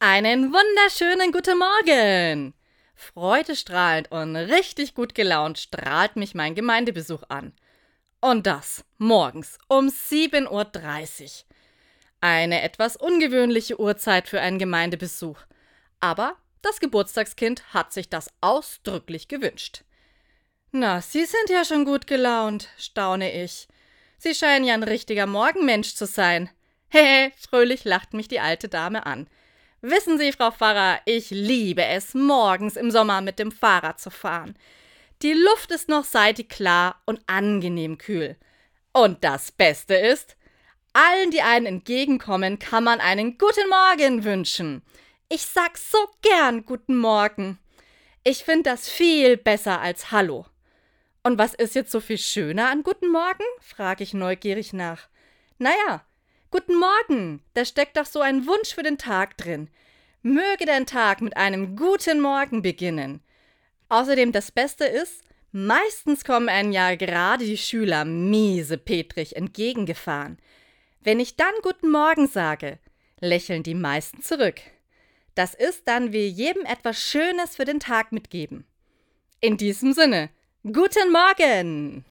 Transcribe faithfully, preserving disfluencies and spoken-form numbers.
Einen wunderschönen guten Morgen! Freudestrahlend und richtig gut gelaunt strahlt mich mein Gemeindebesuch an. Und das morgens um sieben Uhr dreißig. Eine etwas ungewöhnliche Uhrzeit für einen Gemeindebesuch. Aber das Geburtstagskind hat sich das ausdrücklich gewünscht. Na, Sie sind ja schon gut gelaunt, staune ich. Sie scheinen ja ein richtiger Morgenmensch zu sein. Hehe, fröhlich lacht mich die alte Dame an. Wissen Sie, Frau Pfarrer, ich liebe es, morgens im Sommer mit dem Fahrrad zu fahren. Die Luft ist noch seidig klar und angenehm kühl. Und das Beste ist, allen, die einen entgegenkommen, kann man einen guten Morgen wünschen. Ich sag so gern guten Morgen. Ich finde das viel besser als Hallo. Und was ist jetzt so viel schöner an guten Morgen? Frage ich neugierig nach. Naja, guten Morgen, da steckt doch so ein Wunsch für den Tag drin. Möge dein Tag mit einem guten Morgen beginnen. Außerdem das Beste ist, meistens kommen einem ja gerade die Schüler miesepetrig entgegengefahren. Wenn ich dann guten Morgen sage, lächeln die meisten zurück. Das ist dann wie jedem etwas Schönes für den Tag mitgeben. In diesem Sinne, guten Morgen!